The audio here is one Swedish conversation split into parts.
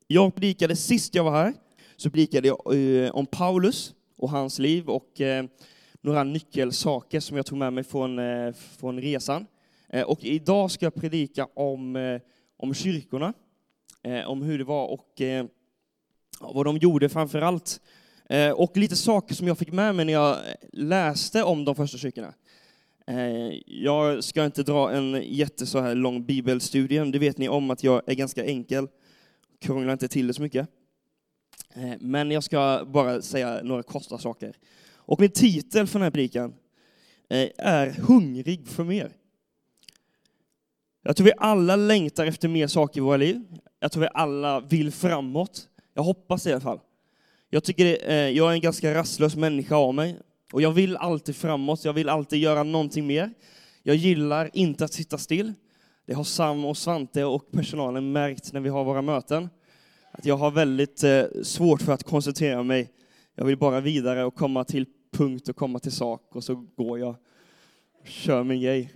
Jag predikade sist jag var här, så predikade jag om Paulus och hans liv och några nyckelsaker som jag tog med mig från resan. Och idag ska jag predika om kyrkorna, om hur det var och vad de gjorde framför allt. Och lite saker som jag fick med mig när jag läste om de första kyrkorna. Jag ska inte dra en så här lång bibelstudie. Det vet ni om att jag är ganska enkel. Krånglar inte till det så mycket. Men jag ska bara säga några korta saker. Och min titel för den här predikan är Hungrig för mer. Jag tror vi alla längtar efter mer saker i våra liv. Jag tror vi alla vill framåt. Jag hoppas i alla fall. Jag är en ganska rastlös människa av mig. Och jag vill alltid framåt. Jag vill alltid göra någonting mer. Jag gillar inte att sitta still. Det har Sam och Svante och personalen märkt när vi har våra möten. Att jag har väldigt svårt för att koncentrera mig. Jag vill bara vidare och komma till punkt och komma till sak. Och så går jag och kör min grej.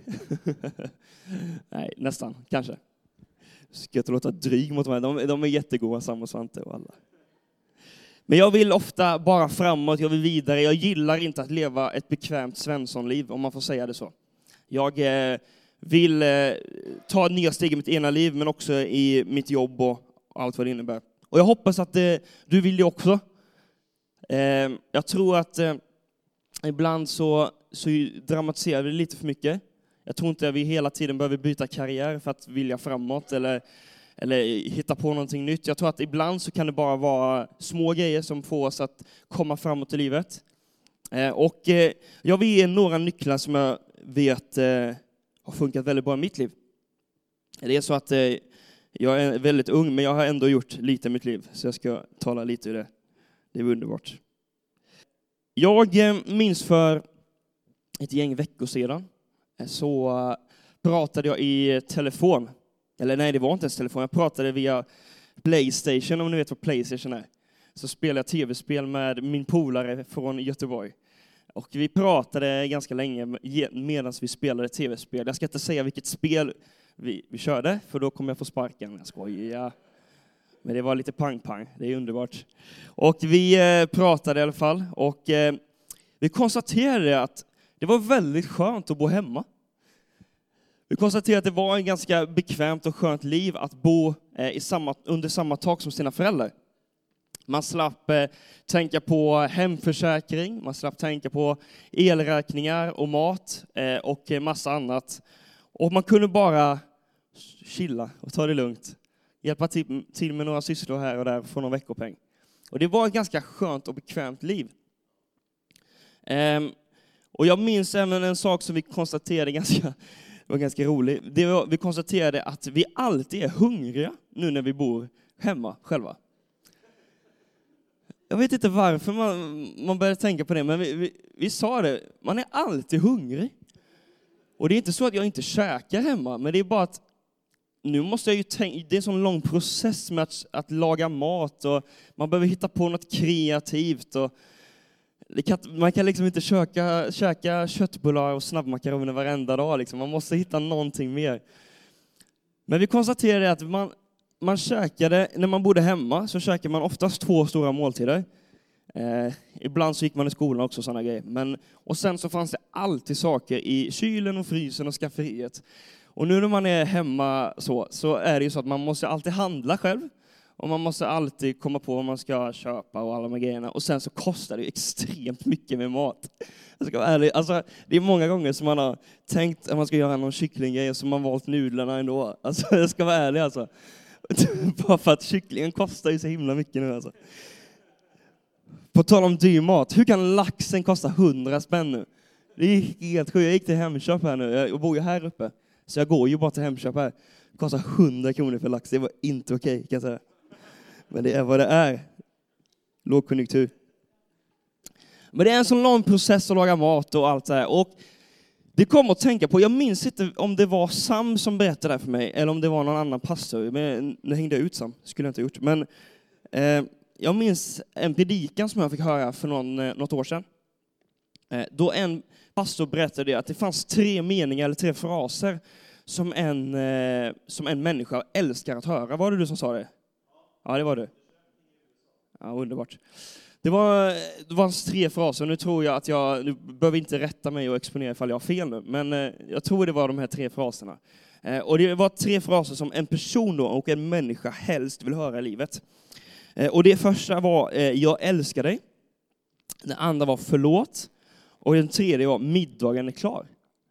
Nej, nästan, kanske. Ska inte låta dryg mot mig. De är jättegoda, Sam och Svante och alla. Men jag vill ofta bara framåt, jag vill vidare. Jag gillar inte att leva ett bekvämt svenssonliv, om man får säga det så. Jag vill ta nya steg i mitt ena liv, men också i mitt jobb och allt vad det innebär. Och jag hoppas att du vill det också. Jag tror att ibland så dramatiserar vi lite för mycket. Jag tror inte att vi hela tiden behöver byta karriär för att vilja framåt eller hitta på någonting nytt. Jag tror att ibland så kan det bara vara små grejer som får oss att komma framåt i livet. Och jag vill ge några nycklar som jag vet har funkat väldigt bra i mitt liv. Det är så att jag är väldigt ung, men jag har ändå gjort lite i mitt liv. Så jag ska tala lite ur det. Det är underbart. Jag minns för ett gäng veckor sedan så pratade jag i telefon. Eller nej, det var inte ens telefon. Jag pratade via PlayStation, om ni vet vad PlayStation är. Så spelade jag tv-spel med min polare från Göteborg. Och vi pratade ganska länge medan vi spelade tv-spel. Jag ska inte säga vilket spel vi körde, för då kommer jag få sparken. Jag skojar. Men det var lite pang-pang. Det är underbart. Och vi pratade i alla fall. Och vi konstaterade att det var väldigt skönt att bo hemma. Vi konstaterade att det var en ganska bekvämt och skönt liv att bo under samma tak som sina föräldrar. Man slapp tänka på hemförsäkring, man slapp tänka på elräkningar och mat och massa annat. Och man kunde bara chilla och ta det lugnt. Hjälpa till med några sysslor här och där för någon veckopeng. Och det var ett ganska skönt och bekvämt liv. Och jag minns även en sak som vi konstaterade det var ganska roligt. Vi konstaterade att vi alltid är hungriga nu när vi bor hemma själva. Jag vet inte varför man började tänka på det, men vi sa det. Man är alltid hungrig. Och det är inte så att jag inte käkar hemma, men det är bara att nu måste jag ju tänka, det är en sån lång process med att laga mat och man behöver hitta på något kreativt och man kan liksom inte käka köttbullar och snabbmakaroner varenda dag. Liksom. Man måste hitta någonting mer. Men vi konstaterade att man käkade, när man bodde hemma så käkade man oftast 2 stora måltider. Ibland så gick man i skolan också, sådana grejer. Och sen så fanns det alltid saker i kylen och frysen och skafferiet. Och nu när man är hemma så är det ju så att man måste alltid handla själv. Och man måste alltid komma på vad man ska köpa och alla de här grejerna. Och sen så kostar det extremt mycket med mat. Jag ska vara ärlig. Alltså, det är många gånger som man har tänkt att man ska göra någon kycklinggrej och så man valt nudlarna ändå. Alltså, jag ska vara ärlig alltså. Bara för att kycklingen kostar ju så himla mycket nu alltså. På tal om dyr mat. Hur kan laxen kosta 100 spänn nu? Det är helt sjukt. Jag gick till Hemköp här nu. Jag bor ju här uppe. Så jag går ju bara till Hemköp här. Det kostar 100 kronor för lax. Det var inte okej, kan jag säga. Men det är vad det är. Lågkonjunktur. Men det är en sån lång process att laga mat och allt det här. Och det kom att tänka på, jag minns inte om det var Sam som berättade det för mig. Eller om det var någon annan pastor. Men nu hängde jag ut Sam. Skulle jag inte ha gjort. Men jag minns en predikan som jag fick höra för något år sedan. Då en pastor berättade att det fanns 3 meningar eller 3 fraser som en människa älskar att höra. Var det du som sa det? Ja, det var du. Ja, underbart. Det var 3 fraser. Nu tror jag att nu behöver inte rätta mig och exponera ifall jag har fel nu. Men jag tror det var de här 3 fraserna. Och det var 3 fraser som en person då, och en människa helst vill höra i livet. Och det första var jag älskar dig. Den andra var förlåt. Och den tredje var middagen är klar.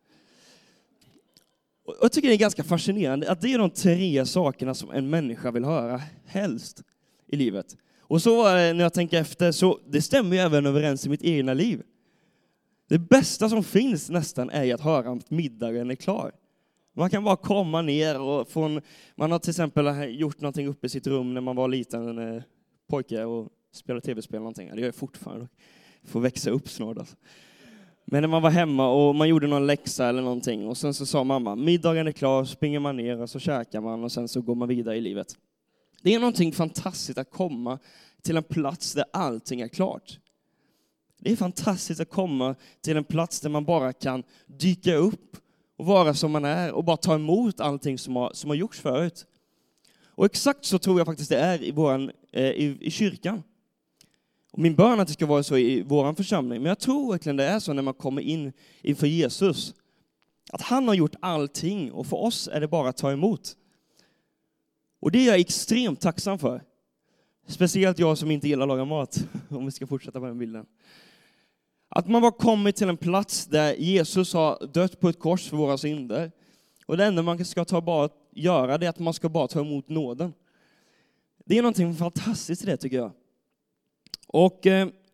Och jag tycker det är ganska fascinerande att det är de 3 sakerna som en människa vill höra helst i livet. Och så när jag tänker efter, så det stämmer ju även överens i mitt egna liv. Det bästa som finns nästan är att höra att middagen är klar. Man kan bara komma ner och man har till exempel gjort någonting uppe i sitt rum när man var liten pojke och spelade tv-spel eller någonting. Det gör jag fortfarande. Får växa upp snart alltså. Men när man var hemma och man gjorde någon läxa eller någonting och sen så sa mamma, middagen är klar, springer man ner och så käkar man och sen så går man vidare i livet. Det är någonting fantastiskt att komma till en plats där allting är klart. Det är fantastiskt att komma till en plats där man bara kan dyka upp och vara som man är och bara ta emot allting som har gjorts förut. Och exakt så tror jag faktiskt det är i kyrkan. Och min bön är att det ska vara så i vår församling. Men jag tror verkligen det är så när man kommer in inför Jesus. Att han har gjort allting och för oss är det bara att ta emot. Och det är jag extremt tacksam för. Speciellt jag som inte gillar att laga mat. Om vi ska fortsätta på den bilden. Att man bara kommer till en plats där Jesus har dött på ett kors för våra synder. Och det enda man ska göra det är att man ska bara ta emot nåden. Det är någonting fantastiskt i det tycker jag. Och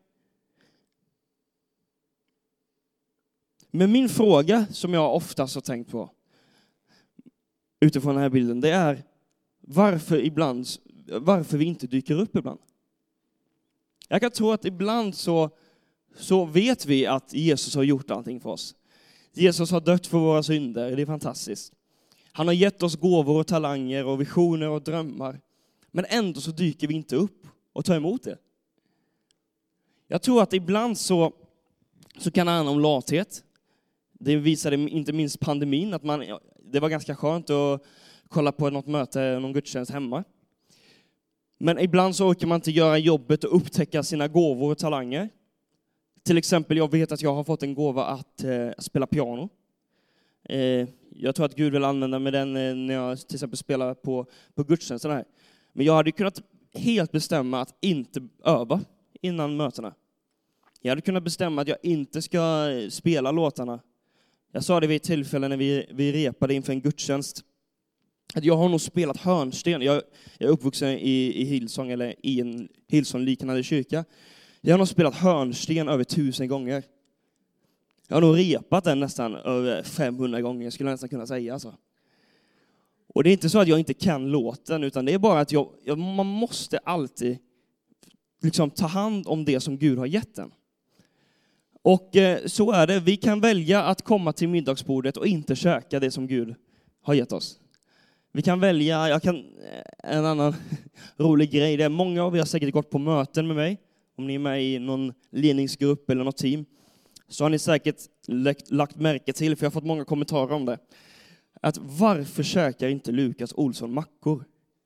men min fråga som jag oftast har tänkt på utifrån den här bilden, det är varför vi inte dyker upp ibland. Jag kan tro att ibland så vet vi att Jesus har gjort allting för oss. Jesus har dött för våra synder, det är fantastiskt. Han har gett oss gåvor och talanger och visioner och drömmar. Men ändå så dyker vi inte upp och tar emot det. Jag tror att ibland så kan det handla om lathet. Det visade inte minst pandemin att det var ganska skönt att kolla på något möte, någon gudstjänst hemma. Men ibland så orkar man inte göra jobbet och upptäcka sina gåvor och talanger. Till exempel, jag vet att jag har fått en gåva att spela piano. Jag tror att Gud vill använda mig den när jag till exempel spelar på gudstjänsten här. Men jag hade kunnat helt bestämma att inte öva innan mötena. Jag hade kunnat bestämma att jag inte ska spela låtarna. Jag sa det vid ett tillfälle när vi repade inför en gudstjänst. Att jag har nog spelat hörnsten. Jag är uppvuxen i Hillsong eller i en Hillsong-liknande kyrka. Jag har nog spelat hörnsten över 1000 gånger. Jag har nog repat den nästan över 500 gånger, skulle jag nästan kunna säga. Alltså. Och det är inte så att jag inte kan låten, utan det är bara att man måste alltid liksom ta hand om det som Gud har gett en. Och så är det. Vi kan välja att komma till middagsbordet och inte käka det som Gud har gett oss. Vi kan välja, en annan rolig grej, det är många av er har säkert gått på möten med mig. Om ni är med i någon ledningsgrupp eller något team, så har ni säkert lagt märke till, för jag har fått många kommentarer om det, att varför käkar inte Lukas Olsson mackor?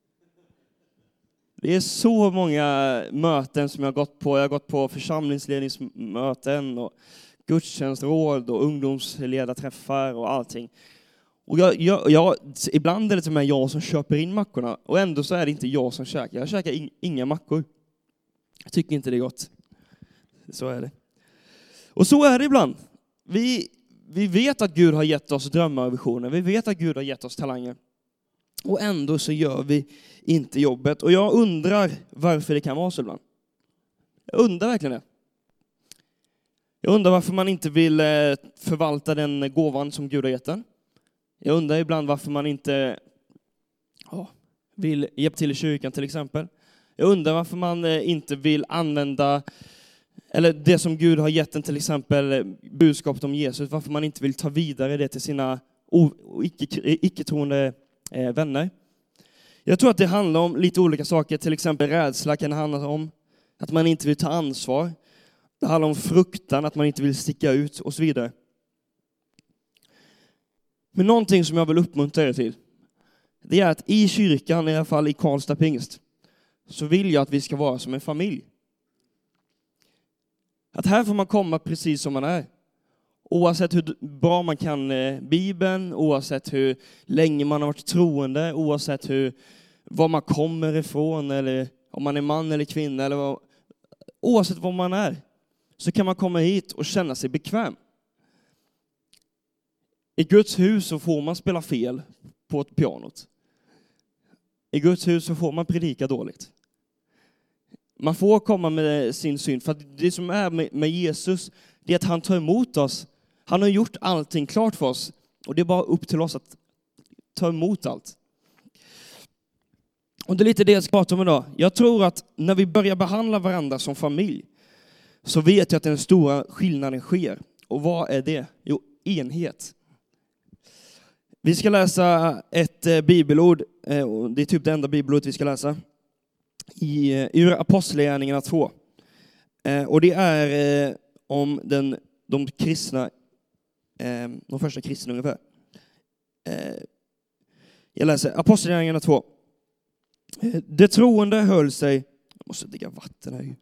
Det är så många möten som jag har gått på. Jag har gått på församlingsledningsmöten och gudstjänstråd och ungdomsledarträffar och allting. Och ibland är det till och med jag som köper in mackorna, och ändå så är det inte jag som käkar. Jag käkar inga mackor. Jag tycker inte det är gott. Så är det. Och så är det ibland. Vi vet att Gud har gett oss drömmar och visioner. Vi vet att Gud har gett oss talanger. Och ändå så gör vi inte jobbet. Och jag undrar varför det kan vara så ibland. Jag undrar verkligen det. Jag undrar varför man inte vill förvalta den gåvan som Gud har gett en. Jag undrar ibland varför man inte vill hjälpa till i kyrkan till exempel. Jag undrar varför man inte vill använda, eller det som Gud har gett en, till exempel budskapet om Jesus, varför man inte vill ta vidare det till sina icke-troende vänner. Jag tror att det handlar om lite olika saker. Till exempel rädsla kan det handla om att man inte vill ta ansvar. Det handlar om fruktan, att man inte vill sticka ut och så vidare. Men någonting som jag vill uppmuntra er till, det är att i kyrkan, i alla fall i Karlstad Pingst, så vill jag att vi ska vara som en familj. Att här får man komma precis som man är. Oavsett hur bra man kan Bibeln, oavsett hur länge man har varit troende, oavsett var man kommer ifrån, eller om man är man eller kvinna, eller oavsett vad man är, så kan man komma hit och känna sig bekväm. I Guds hus så får man spela fel på ett pianot. I Guds hus så får man predika dåligt. Man får komma med sin synd, för att det som är med Jesus, det är att han tar emot oss. Han har gjort allting klart för oss, och det är bara upp till oss att ta emot allt. Och det är lite det jag ska prata om idag. Jag tror att när vi börjar behandla varandra som familj, så vet jag att den stora skillnaden sker. Och vad är det? Jo, enhet. Vi ska läsa ett bibelord, det är typ det enda bibelordet vi ska läsa, ur Apostlagärningarna 2. Och det är om de kristna, de första kristna ungefär. Jag läser Apostlagärningarna 2. Det troende höll sig... Jag måste dricka vatten här.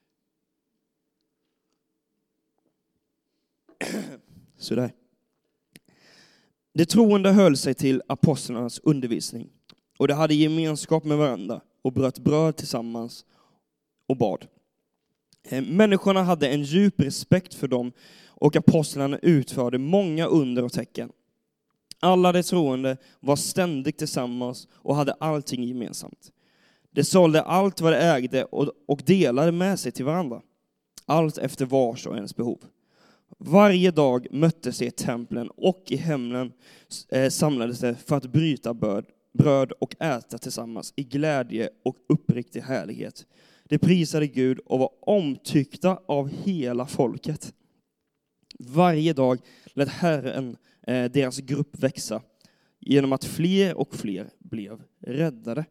Sådär. Det troende höll sig till apostlarnas undervisning, och det hade gemenskap med varandra och bröt bröd tillsammans och bad. Människorna hade en djup respekt för dem, och apostlarna utförde många under och tecken. Alla de troende var ständigt tillsammans och hade allting gemensamt. De sålde allt vad de ägde och delade med sig till varandra, allt efter vars och ens behov. Varje dag möttes de i templen, och i hemmen samlades de för att bryta bröd och äta tillsammans i glädje och uppriktig härlighet. De prisade Gud och var omtyckta av hela folket. Varje dag lät Herren deras grupp växa, genom att fler och fler blev räddade.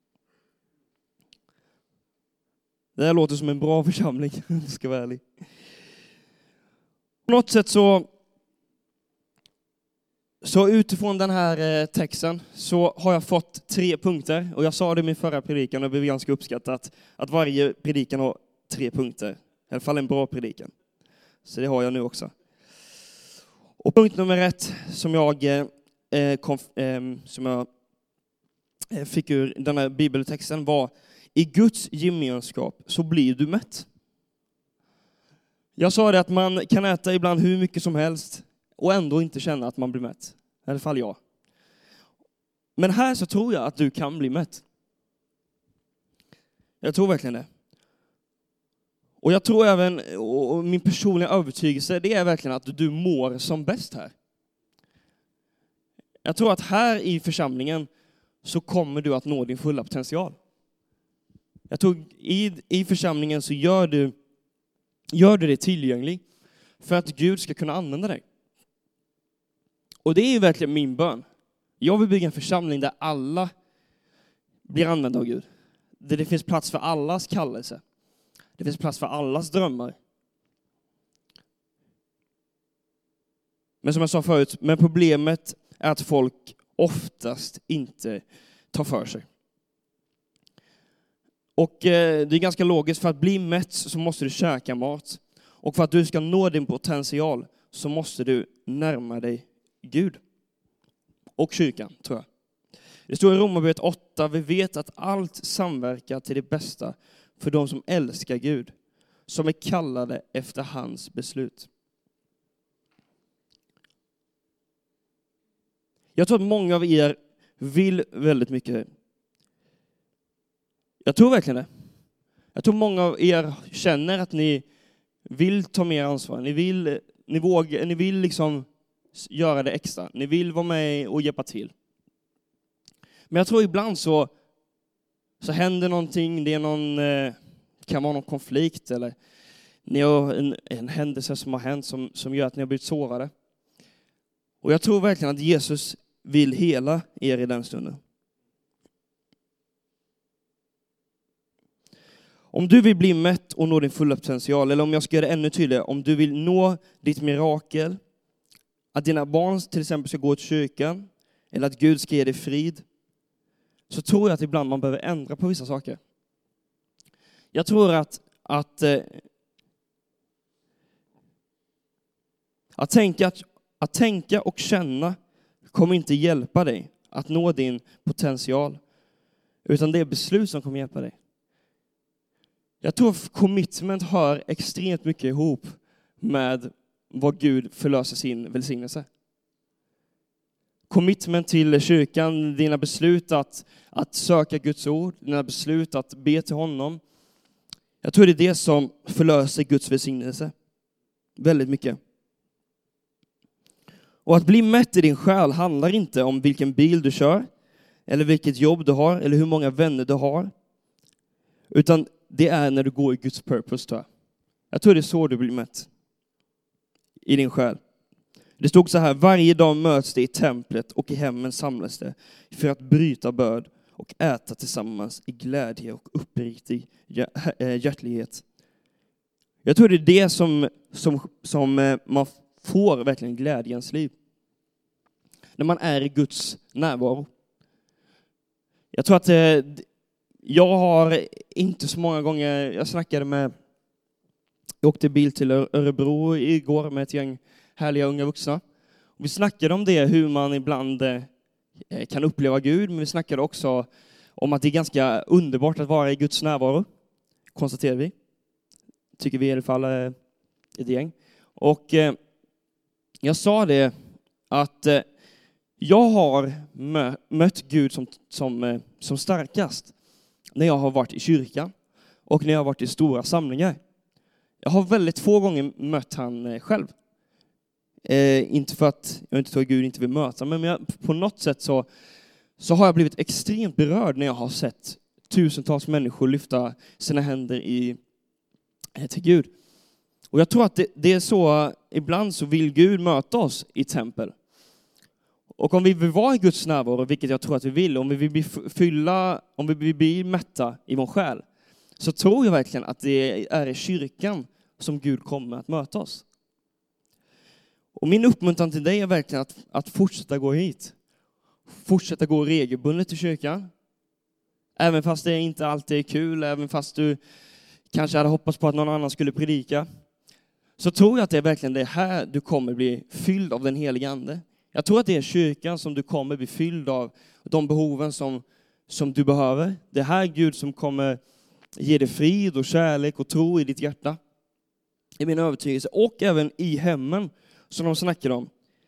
Det här låter som en bra församling, om jag ska vara ärlig. På något sätt så utifrån den här texten så har jag fått 3 punkter. Och jag sa det i min förra predikan, och det blev ganska uppskattat att varje predikan har 3 punkter. I alla fall en bra predikan. Så det har jag nu också. Och punkt nummer 1 som jag fick ur den här bibeltexten var: i Guds gemenskap så blir du mätt. Jag sa det att man kan äta ibland hur mycket som helst och ändå inte känna att man blir mätt. I alla fall jag. Men här så tror jag att du kan bli mätt. Jag tror verkligen det. Och jag tror även, och min personliga övertygelse, det är verkligen att du mår som bäst här. Jag tror att här i församlingen så kommer du att nå din fulla potential. Jag tror i församlingen så gör du det tillgänglig för att Gud ska kunna använda dig. Och det är ju verkligen min bön. Jag vill bygga en församling där alla blir använda av Gud. Där det finns plats för allas kallelse. Det finns plats för allas drömmar. Men som jag sa förut, men problemet är att folk oftast inte tar för sig. Och det är ganska logiskt, för att bli mätt så måste du käka mat. Och för att du ska nå din potential så måste du närma dig Gud. Och kyrkan, tror jag. Det står i Romarbrevet 8, vi vet att allt samverkar till det bästa för de som älskar Gud, som är kallade efter hans beslut. Jag tror att många av er vill väldigt mycket. Jag tror verkligen det. Jag tror många av er känner att ni vill ta mer ansvar. Ni vill liksom göra det extra. Ni vill vara med och hjälpa till. Men jag tror ibland så händer någonting. Det är kan vara någon konflikt, eller ni har en händelse som har hänt som gör att ni har blivit sårade. Och jag tror verkligen att Jesus vill hela er i den stunden. Om du vill bli mätt och nå din fulla potential, eller om jag ska göra det ännu tydligare, om du vill nå ditt mirakel, att dina barn till exempel ska gå till kyrkan, eller att Gud ska ge dig frid, så tror jag att ibland man behöver ändra på vissa saker. Jag tror att tänka och känna kommer inte hjälpa dig att nå din potential. Utan det är beslut som kommer hjälpa dig. Jag tror commitment hör extremt mycket ihop med vad Gud förlöser sin välsignelse. Commitment till kyrkan, dina beslut att söka Guds ord, dina beslut att be till honom. Jag tror det är det som förlöser Guds välsignelse. Väldigt mycket. Och att bli mätt i din själ handlar inte om vilken bil du kör, eller vilket jobb du har, eller hur många vänner du har. Utan det är när du går i Guds purpose, tror jag. Jag tror det är så du blir mätt i din själ. Det stod så här: varje dag möts det i templet och i hemmen samlas det för att bryta börd och äta tillsammans i glädje och uppriktig hjärtlighet. Jag tror det är det som man får verkligen glädje i ens liv. När man är i Guds närvaro. Jag tror att jag har inte så många gånger, jag åkte bil till Örebro igår med ett gäng härliga unga vuxna. Och vi snackade om det, hur man ibland kan uppleva Gud, men vi snackade också om att det är ganska underbart att vara i Guds närvaro, konstaterar vi. Tycker vi i alla fall ett gäng. Och jag sa det att jag har mött Gud som starkast när jag har varit i kyrkan och när jag har varit i stora samlingar. Jag har väldigt få gånger mött han själv. Inte för att jag inte tror att Gud inte vill möta, men på något sätt så har jag blivit extremt berörd när jag har sett tusentals människor lyfta sina händer till Gud. Och jag tror att det är så, ibland så vill Gud möta oss i tempel. Och om vi vill vara i Guds närvaro, vilket jag tror att vi vill, om vi vill bli mätta i vår själ, så tror jag verkligen att det är i kyrkan som Gud kommer att möta oss. Och min uppmuntran till dig är verkligen att fortsätta gå hit. Fortsätta gå regelbundet till kyrkan. Även fast det inte alltid är kul, även fast du kanske hade hoppats på att någon annan skulle predika, så tror jag att det är verkligen det här du kommer bli fylld av den heliga ande. Jag tror att det är kyrkan som du kommer bli fylld av de behoven som du behöver. Det är här Gud som kommer ge dig frid och kärlek och tro i ditt hjärta. I min övertygelse. Och även i hemmen som de snackar om.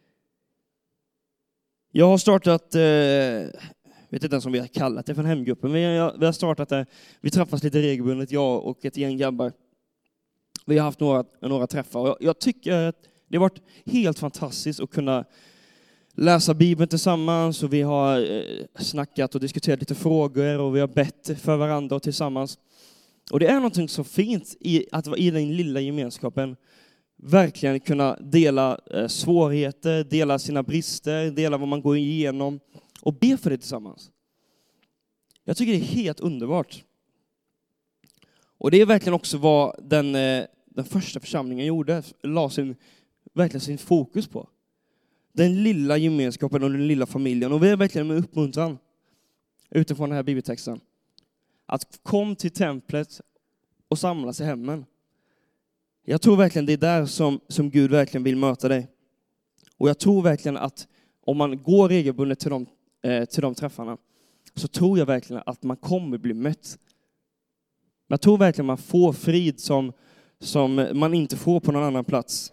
Jag har startat, vet inte ens om vi har kallat det för en hemgruppen, men vi har startat det. Vi träffas lite regelbundet, jag och ett gäng grabbar. Vi har haft några träffar. Och jag tycker att det har varit helt fantastiskt att kunna läsa Bibeln tillsammans, och vi har snackat och diskuterat lite frågor, och vi har bett för varandra och tillsammans. Och det är någonting så fint i att vara i den lilla gemenskapen, verkligen kunna dela svårigheter, dela sina brister, dela vad man går igenom och be för det tillsammans. Jag tycker det är helt underbart. Och det är verkligen också vad den första församlingen gjorde, la verkligen sin fokus på. Den lilla gemenskapen och den lilla familjen. Och vi är verkligen med uppmuntran utifrån den här bibeltexten. Att kom till templet och samlas i hemmen. Jag tror verkligen det är där som Gud verkligen vill möta dig. Och jag tror verkligen att om man går regelbundet till de träffarna, så tror jag verkligen att man kommer bli mätt. Jag tror verkligen man får frid som man inte får på någon annan plats.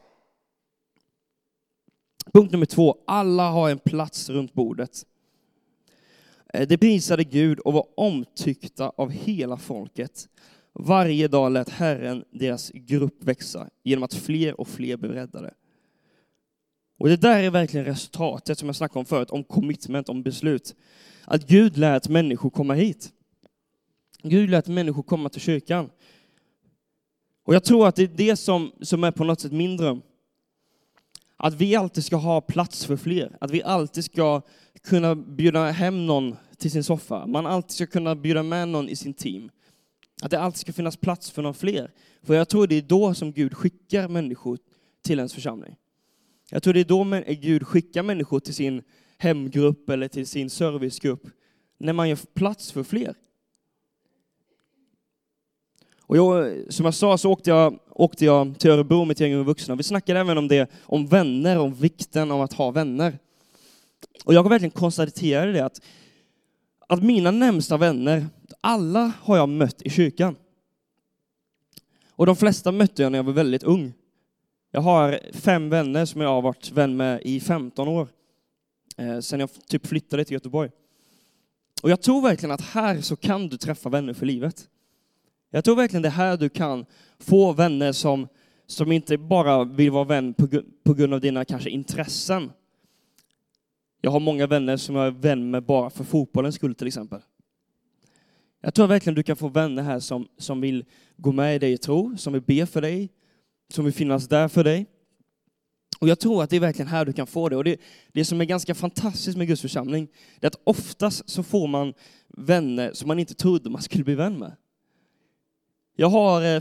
Punkt nummer 2. Alla har en plats runt bordet. Det prisade Gud och var omtyckta av hela folket. Varje dag lät Herren deras grupp växa genom att fler och fler blev räddade. Och det där är verkligen resultatet som jag snackade om förut, om commitment, om beslut. Att Gud lät människor komma hit. Gud lät människor komma till kyrkan. Och jag tror att det är det som är på något sätt min dröm. Att vi alltid ska ha plats för fler. Att vi alltid ska kunna bjuda hem någon till sin soffa. Man alltid ska kunna bjuda med någon i sin team. Att det alltid ska finnas plats för någon fler. För jag tror det är då som Gud skickar människor till ens församling. Jag tror det är då Gud skickar människor till sin hemgrupp eller till sin servicegrupp. När man gör plats för fler. Och som jag sa så åkte jag till Örebro med ett gäng vuxna. Vi snackade även om vänner, om vikten av att ha vänner. Och jag har verkligen konstaterat det att mina närmsta vänner, alla har jag mött i kyrkan. Och de flesta mötte jag när jag var väldigt ung. Jag har 5 vänner som jag har varit vän med i 15 år. Sen jag typ flyttade till Göteborg. Och jag tror verkligen att här så kan du träffa vänner för livet. Jag tror verkligen det här du kan få vänner som inte bara vill vara vän på grund av dina kanske intressen. Jag har många vänner som jag är vän med bara för fotbollens skull till exempel. Jag tror verkligen du kan få vänner här som vill gå med i dig i tro, som vill be för dig, som vill finnas där för dig. Och jag tror att det är verkligen här du kan få det. Och det som är ganska fantastiskt med Guds församling, det är att oftast så får man vänner som man inte trodde man skulle bli vän med. Jag har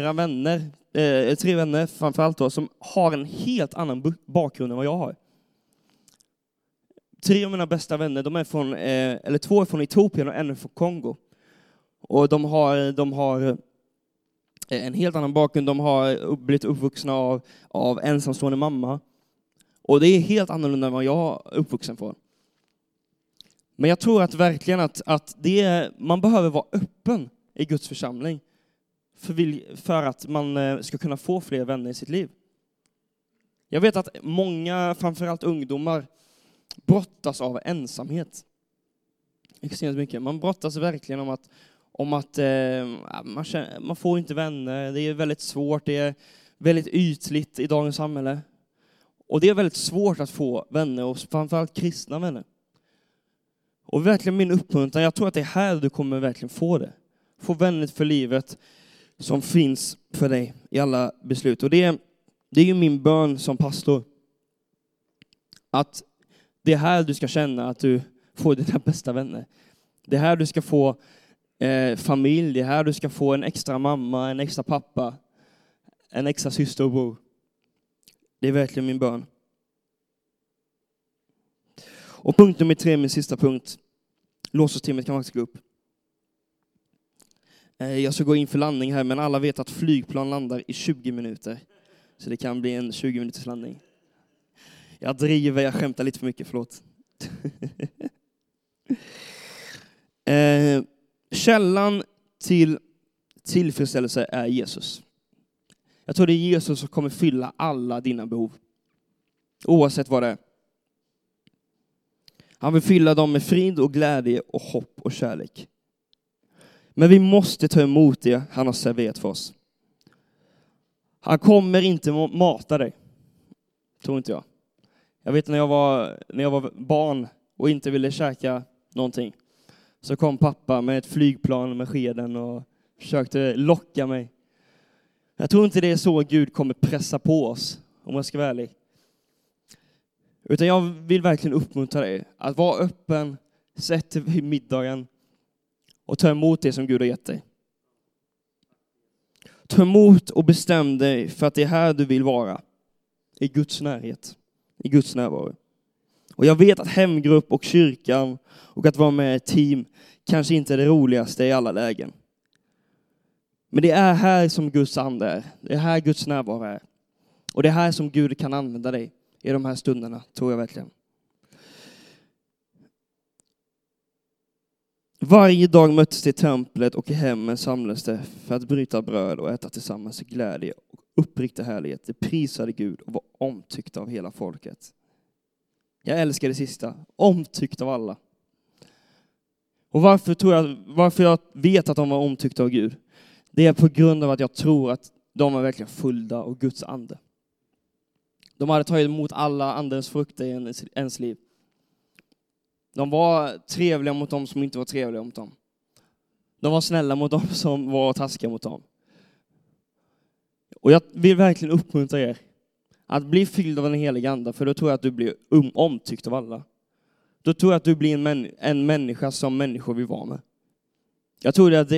3 vänner framförallt då, som har en helt annan bakgrund än vad jag har. 3 av mina bästa vänner, de är 2 är från Etiopien och 1 är från Kongo. Och de har en helt annan bakgrund. De har blivit uppvuxna av ensamstående mamma. Och det är helt annorlunda än vad jag är uppvuxen på. Men jag tror att verkligen att man behöver vara öppen i Guds församling. För att man ska kunna få fler vänner i sitt liv. Jag vet att många, framförallt ungdomar, brottas av ensamhet. Extremt mycket. Man brottas verkligen om att man får inte vänner. Det är väldigt svårt. Det är väldigt ytligt i dagens samhälle. Och det är väldigt svårt att få vänner, och framförallt kristna vänner. Och verkligen min uppmuntran, jag tror att det är här du kommer verkligen få det. Få vänner för livet som finns för dig i alla beslut. Och det är ju min bön som pastor. Att det är här du ska känna att du får dina bästa vänner. Det är här du ska få familj. Det är här du ska få en extra mamma, en extra pappa, en extra syster och bror. Det är verkligen min bön. Och punkt nummer 3, min sista punkt. Låtsasteamet kan faktiskt gå upp. Jag ska gå in för landning här, men alla vet att flygplan landar i 20 minuter. Så det kan bli en 20 minuters landning. Jag skämtar lite för mycket, förlåt. Källan till tillfredsställelse är Jesus. Jag tror det är Jesus som kommer fylla alla dina behov. Oavsett vad det är. Han vill fylla dem med frid och glädje och hopp och kärlek. Men vi måste ta emot det han har serverat för oss. Han kommer inte mata dig. Tror inte jag. Jag vet när jag var barn och inte ville käka någonting. Så kom pappa med ett flygplan med skeden och försökte locka mig. Jag tror inte det är så Gud kommer pressa på oss, om jag ska vara ärlig. Utan jag vill verkligen uppmuntra dig att vara öppen, sätt dig vid middagen och ta emot det som Gud har gett dig. Ta emot och bestäm dig för att det är här du vill vara. I Guds närhet, i Guds närvaro. Och jag vet att hemgrupp och kyrkan och att vara med i ett team kanske inte är det roligaste i alla lägen. Men det är här som Guds ande är. Det är här Guds närvaro är. Och det är här som Gud kan använda dig i de här stunderna, tror jag verkligen. Varje dag möttes det i templet och i hemmen samlades det för att bryta bröd och äta tillsammans i glädje och uppriktig härlighet. Det prisade Gud och var omtyckt av hela folket. Jag älskar det sista. Omtyckt av alla. Och varför jag vet att de var omtyckta av Gud, det är på grund av att jag tror att de var verkligen fulla av Guds ande. De hade tagit emot alla andens frukter i ens liv. De var trevliga mot dem som inte var trevliga mot dem. De var snälla mot dem som var taskiga mot dem. Och jag vill verkligen uppmuntra er att bli fylld av den heliga ande, för då tror jag att du blir omtyckt av alla. Då tror jag att du blir en människa som människor vill vara med. Jag tror att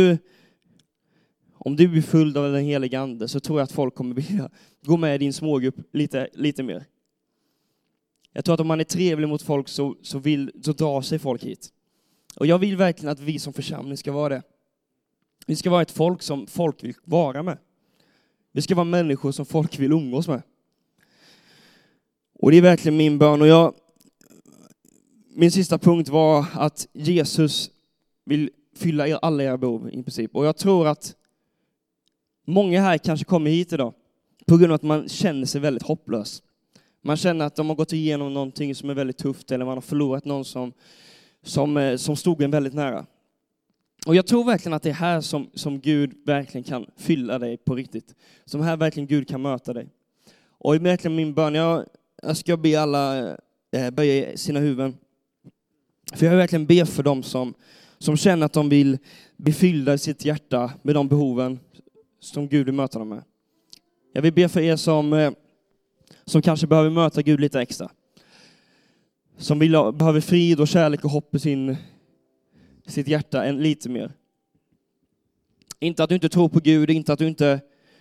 om du blir fylld av den heliga ande, så tror jag att folk kommer vilja gå med i din smågrupp lite mer. Jag tror att om man är trevlig mot folk så drar sig folk hit. Och jag vill verkligen att vi som församling ska vara det. Vi ska vara ett folk som folk vill vara med. Vi ska vara människor som folk vill umgås med. Och det är verkligen min bön. Och min sista punkt var att Jesus vill fylla alla era behov i princip. Och jag tror att många här kanske kommer hit idag på grund av att man känner sig väldigt hopplös. Man känner att de har gått igenom någonting som är väldigt tufft, eller man har förlorat någon som stod en väldigt nära. Och jag tror verkligen att det är här som Gud verkligen kan fylla dig på riktigt. Som här verkligen Gud kan möta dig. Och det är verkligen min bön. Jag ska be alla böja sina huvuden. För jag vill verkligen be för dem som känner att de vill bli fyllda i sitt hjärta med de behoven som Gud vill möta dem med. Jag vill be för er som kanske behöver möta Gud lite extra. Som behöver frid och kärlek och hopp i sitt hjärta än lite mer. Inte att du inte tror på Gud, inte att du inte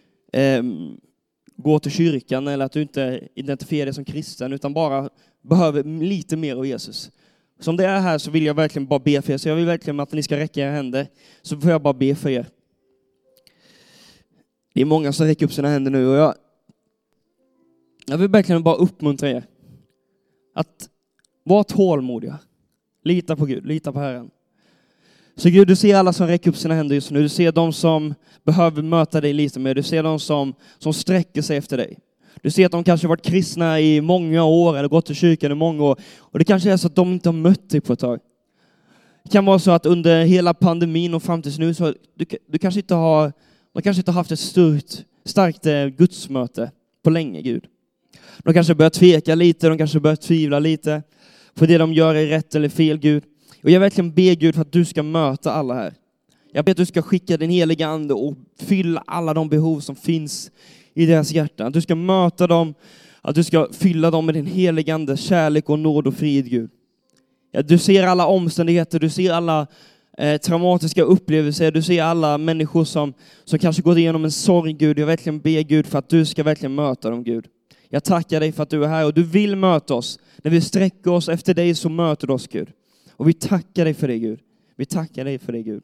går till kyrkan eller att du inte identifierar dig som kristen, utan bara behöver lite mer av Jesus. Som det är här så vill jag verkligen bara be för er. Så jag vill verkligen att ni ska räcka era händer. Så får jag bara be för er. Det är många som räcker upp sina händer nu. Och jag vill verkligen bara uppmuntra er. Att vara tålmodiga. Lita på Gud, lita på Herren. Så Gud, du ser alla som räcker upp sina händer just nu. Du ser de som behöver möta dig lite mer. Du ser de som sträcker sig efter dig. Du ser att de kanske varit kristna i många år eller gått till kyrkan i många år. Och det kanske är så att de inte har mött dig på ett tag. Det kan vara så att under hela pandemin och fram tills nu så du kanske inte har haft ett starkt gudsmöte på länge, Gud. De kanske börjar tveka lite, de kanske börjar tvivla lite på det de gör är rätt eller fel, Gud. Och jag verkligen ber Gud för att du ska möta alla här. Jag ber att du ska skicka din heliga ande och fylla alla de behov som finns i deras hjärta. Att du ska möta dem, att du ska fylla dem med din heliga ande, kärlek och nåd och frid, Gud. Ja, du ser alla omständigheter, du ser alla traumatiska upplevelser, du ser alla människor som kanske gått igenom en sorg, Gud. Jag verkligen ber Gud för att du ska verkligen möta dem, Gud. Jag tackar dig för att du är här och du vill möta oss. När vi sträcker oss efter dig så möter du oss, Gud. Och vi tackar dig för det, Gud. Vi tackar dig för det, Gud.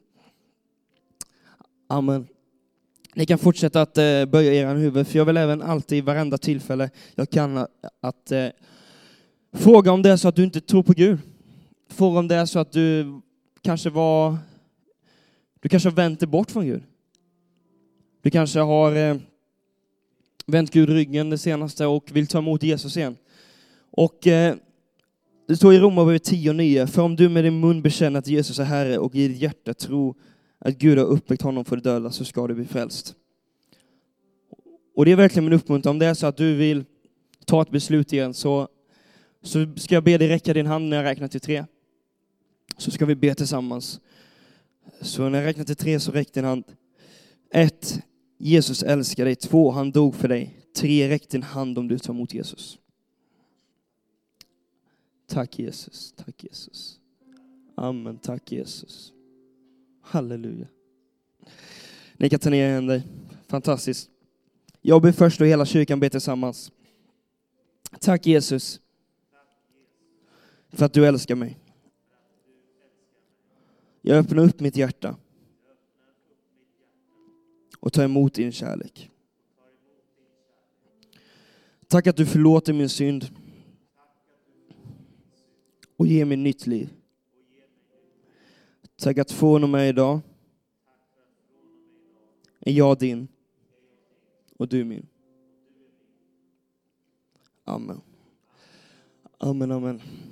Amen. Ni kan fortsätta att böja er huvud, för jag vill även alltid i varenda tillfälle jag kan att fråga om det är så att du inte tror på Gud. Fråga om det är så att du kanske har vänt dig bort från Gud. Du kanske har vänt Gud ryggen det senaste och vill ta emot Jesus igen. Och det står i Romarbrevet 10:9. För om du med din mun bekänner att Jesus är Herre och i ditt hjärta tror att Gud har uppväckt honom för de döda, så ska du bli frälst. Och det är verkligen min uppmuntran. Om det är så att du vill ta ett beslut igen, så ska jag be dig räcka din hand när jag räknar till 3. Så ska vi be tillsammans. Så när jag räknar till 3 så räck din hand. 1. Jesus älskar dig. 2. Han dog för dig. 3. Räck din hand om du tar emot Jesus. Tack Jesus. Tack Jesus. Amen. Tack Jesus. Halleluja. Ni kan ta ner händer. Fantastiskt. Jag ber först och hela kyrkan ber tillsammans. Tack Jesus. För att du älskar mig. Jag öppnar upp mitt hjärta. Och tar emot din kärlek. Tack att du förlåter min synd. Och ger mig nytt liv. Tack att från och med idag är jag din och du min. Amen. Amen, amen.